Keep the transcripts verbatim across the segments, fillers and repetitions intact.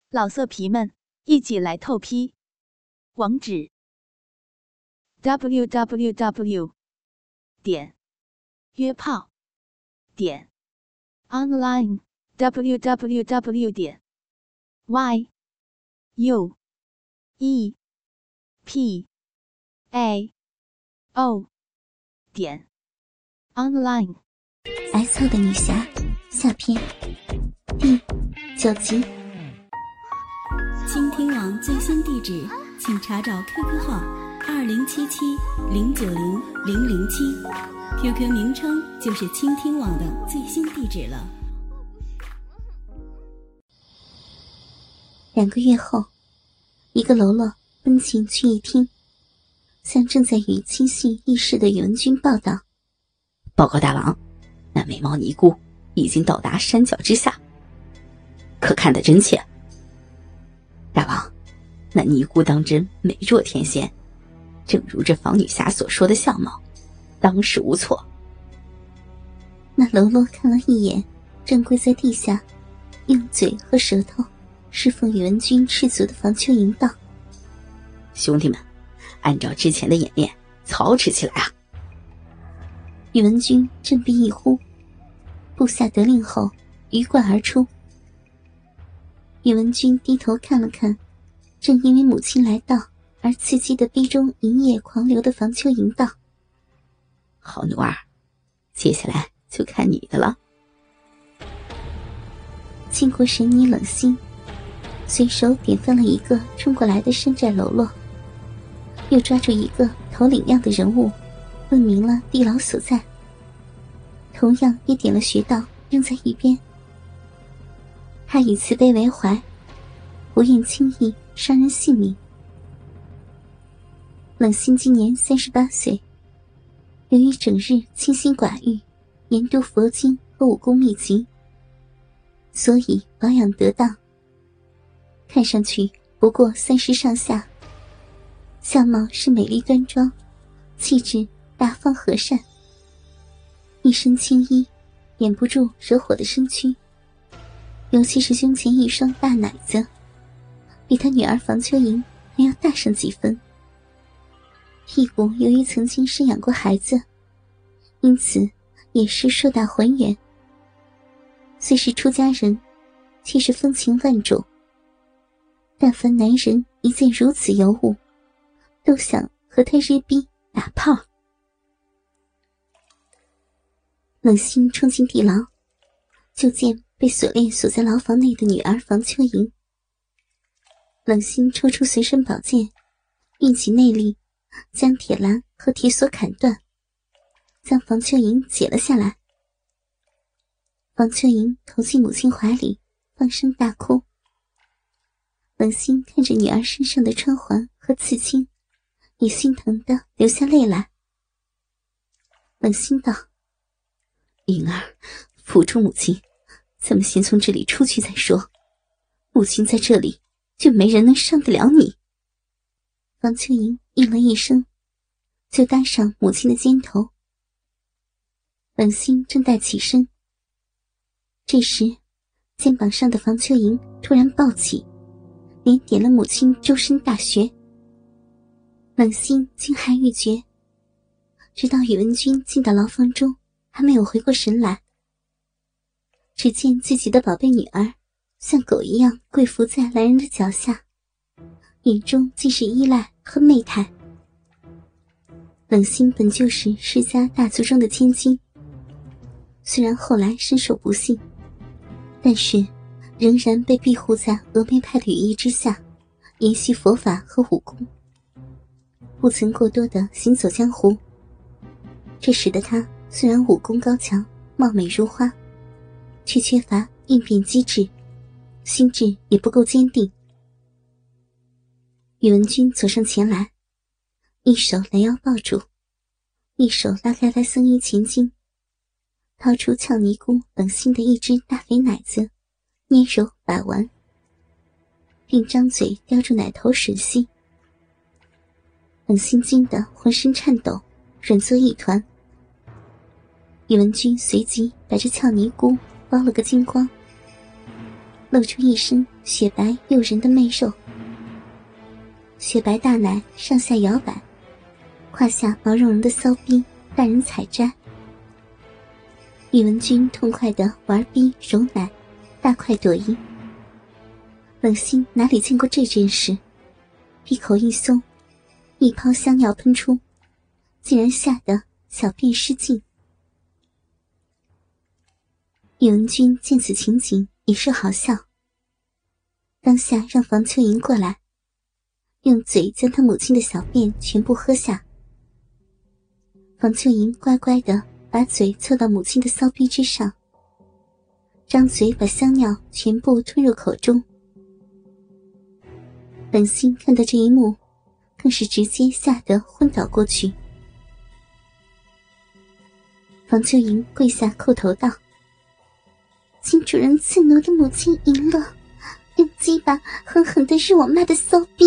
老色皮们，一起来透批！网址 ：double u double u double u 点约炮点 online w w w 点 y u e p a o 点 online。 挨操的女侠下篇第九集。 倾听网最新地址，请查找 Q Q 号二零七七零九零零零七 ，Q Q 名称就是倾听网的最新地址了。 两个月后，一个喽啰奔进去一厅，向正在与亲信议事的宇文君报道： 报告大王，那美貌尼姑已经到达山脚之下，可看得真切。大王，那尼姑当真美若天仙，正如这房女侠所说的相貌，当实无错。 那喽啰看了一眼正跪在地下用嘴和舌头侍奉宇文君赤足的房秋莹道： 兄弟们，按照之前的演练操持起来啊！ 宇文君振臂一呼，部下得令后鱼贯而出。宇文君低头看了看正因为母亲来到而刺激的逼中银液狂流的房秋莹道： 好奴儿，接下来就看你的了。 倾国神尼冷心随手点翻了一个冲过来的山寨喽啰，又抓住一个头领样的人物问明了地牢所在，同样也点了穴道扔在一边。他以慈悲为怀，不愿轻易伤人性命。冷心今年三十八岁，由于整日清心寡欲，研读佛经和武功秘籍，所以保养得当，看上去不过三十上下，相貌是美丽端庄，气质大方和善，一身青衣掩不住惹火的身躯，尤其是胸前一双大奶子，比他女儿房秋莹还要大上几分。屁股由于曾经生养过孩子，因此也是硕大浑圆。虽是出家人，却是风情万种。但凡男人一见如此尤物，都想和他日逼打炮。冷心冲进地牢，就见被锁链锁在牢房内的女儿房秋莹。冷心抽出随身宝剑，运起内力，将铁栏和铁锁砍断，将房秋莹解了下来。房秋莹投进母亲怀里，放声大哭。冷心看着女儿身上的穿环和刺青，也心疼地流下泪来。冷心道： 莹儿，扶住母亲，咱们先从这里出去再说。母亲在这里，就没人能伤得了你。 房秋莹应了一声，就搭上母亲的肩头。冷心正待起身，这时肩膀上的房秋莹突然暴起，连点了母亲周身大穴。冷心惊骇欲绝，直到宇文君进到牢房中还没有回过神来。只见自己的宝贝女儿像狗一样跪伏在男人的脚下，眼中尽是依赖和媚态。冷心本就是世家大族中的千金，虽然后来身受不幸，但是仍然被庇护在峨眉派的羽翼之下，研习佛法和武功，不曾过多的行走江湖。这使得他虽然武功高强，貌美如花，却缺乏应变机智，心智也不够坚定。宇文君走上前来，一手拦腰抱住，一手拉开他僧衣前襟，掏出俏尼姑冷心的一只大肥奶子，捏揉把玩，并张嘴叼住奶头吮吸。冷心惊得浑身颤抖，软作一团。宇文君随即把这俏尼姑包了个精光。 露出一身雪白诱人的媚肉，雪白大奶上下摇摆，胯下毛茸茸的骚逼让人采摘。宇文君痛快地玩逼揉奶，大快朵颐。冷心哪里见过这件事，闭口一松，一泡香尿喷出，竟然吓得小便失禁。宇文君见此情景也是好笑，当下让房秋莹过来，用嘴将他母亲的小便全部喝下。房秋莹乖乖地把嘴凑到母亲的骚逼之上，张嘴把香尿全部吞入口中。冷心看到这一幕，更是直接吓得昏倒过去。房秋莹跪下叩头道：请主人赐奴的母亲赢了，用鸡巴狠狠地日我妈的骚逼。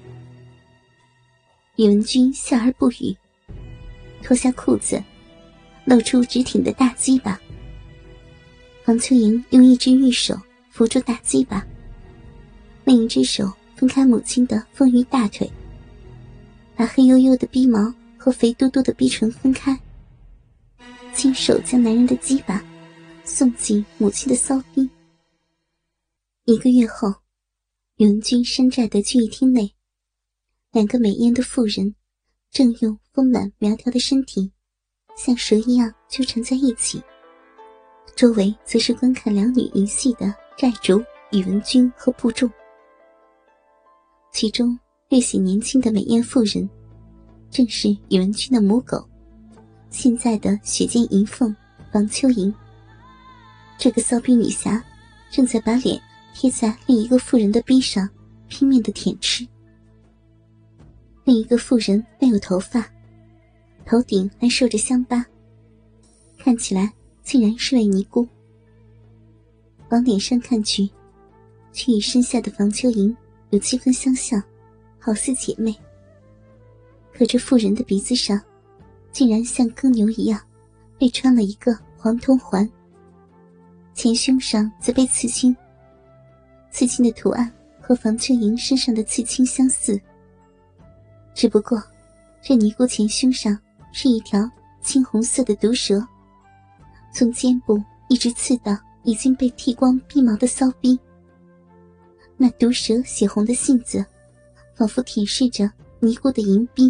宇文君笑而不语，脱下裤子露出直挺的大鸡巴。房秋莹用一只玉手扶住大鸡巴，另一只手分开母亲的丰腴大腿，把黑黝黝的逼毛和肥嘟嘟的逼唇分开，亲手将男人的鸡巴送进母亲的骚逼。一个月后，宇文君山寨的聚义厅内，两个美艳的妇人正用丰满苗条的身体像蛇一样纠缠在一起，周围则是观看两女一戏的寨主宇文君和部众。其中略显年轻的美艳妇人正是宇文君的母狗，现在的血溅银凤房秋莹。这个骚逼女侠正在把脸贴在另一个妇人的逼上拼命地舔吃。另一个妇人没有头发，头顶还受着香疤，看起来竟然是位尼姑。往脸上看去，却与身下的房秋莹有七分相像，好似姐妹。可这妇人的鼻子上竟然像耕牛一样被穿了一个黄铜环，前胸上则被刺青，刺青的图案和房秋莹身上的刺青相似，只不过这尼姑前胸上是一条青红色的毒蛇，从肩部一直刺到已经被剃光逼毛的骚逼。那毒蛇血红的性子仿佛舔舐着尼姑的银逼。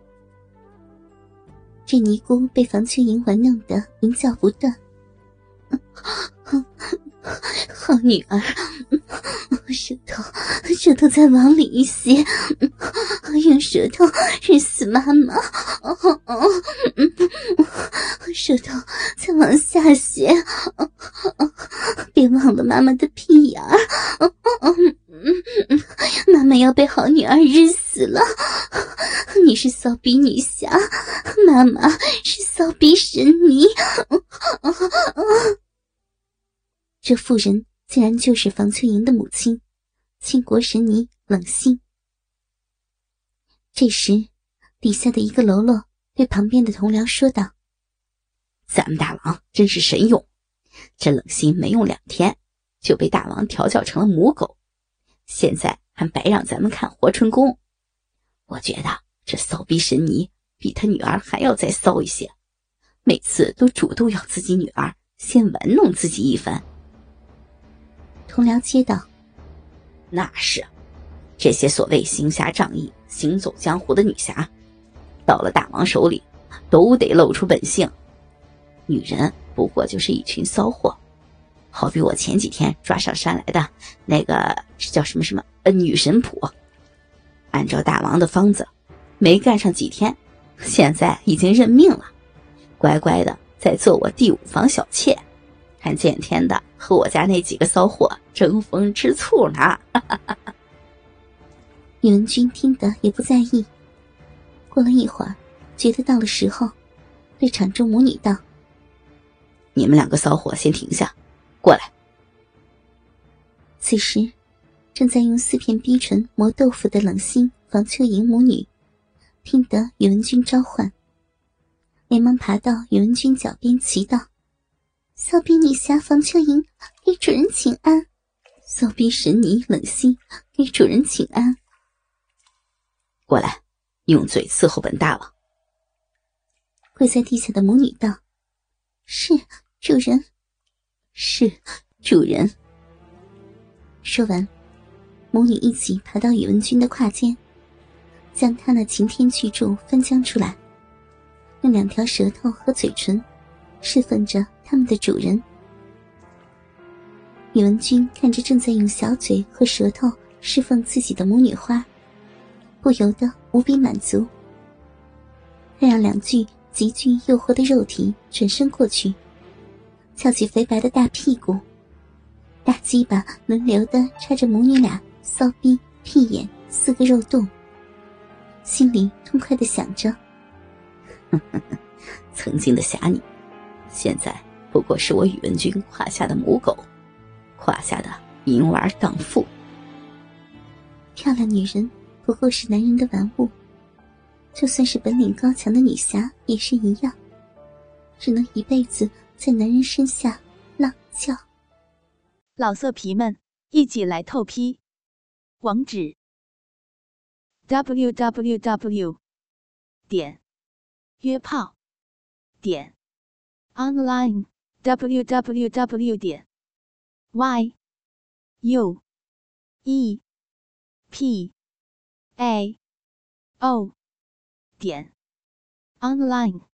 这尼姑被房秋莹玩弄得鸣叫不断，好女儿，舌头舌头再往里一些，用舌头日死妈妈，舌头再往下些，别忘了妈妈的屁眼儿，妈妈要被好女儿日死了。你是骚逼女侠，妈妈是骚逼神尼。这妇人竟然就是房秋莹的母亲，倾国神尼冷心。这时底下的一个喽啰对旁边的同僚说道： 咱们大王真是神勇，这冷心没用两天就被大王调教成了母狗，现在还白让咱们看活春宫。我觉得这骚逼神尼比他女儿还要再骚一些，每次都主动要自己女儿先玩弄自己一番。 同僚接道： 那是，这些所谓行侠仗义行走江湖的女侠，到了大王手里都得露出本性，女人不过就是一群骚货。好比我前几天抓上山来的那个是叫什么什么呃女神谱，按照大王的方子，没干上几天，现在已经认命了，乖乖的在做我第五房小妾，还见天的和我家那几个骚货争风吃醋呢。 宇文君听得也不在意，过了一会儿觉得到了时候，对场中母女道： 你们两个骚货先停下，过来。 此时正在用四片逼唇磨豆腐的冷心房秋莹母女听得宇文君召唤，连忙爬到宇文君脚边祈祷：骚逼女侠房秋莹给主人请安。 骚逼神尼冷心给主人请安。 过来，用嘴伺候本大王。 跪在地下的母女道：是主人。 是主人。 说完，母女一起爬到宇文君的胯间，将他那擎天巨柱分将出来，用两条舌头和嘴唇侍奉着他们的主人。宇文君看着正在用小嘴和舌头侍奉自己的母女花，不由得无比满足。他让两具极具诱惑的肉体转身过去，翘起肥白的大屁股，大鸡巴轮流地插着母女俩骚逼、屁眼四个肉洞，心里痛快地想着： 曾经的侠女，现在不过是我宇文君胯下的母狗，胯下的淫娃荡妇。 漂亮女人不过是男人的玩物，就算是本领高强的女侠也是一样，只能一辈子在男人身下浪叫。 老色皮们，一起来透批！网址 ：double u double u double u 点约炮点 online double u double u double u 点 y u e p a o 点 online。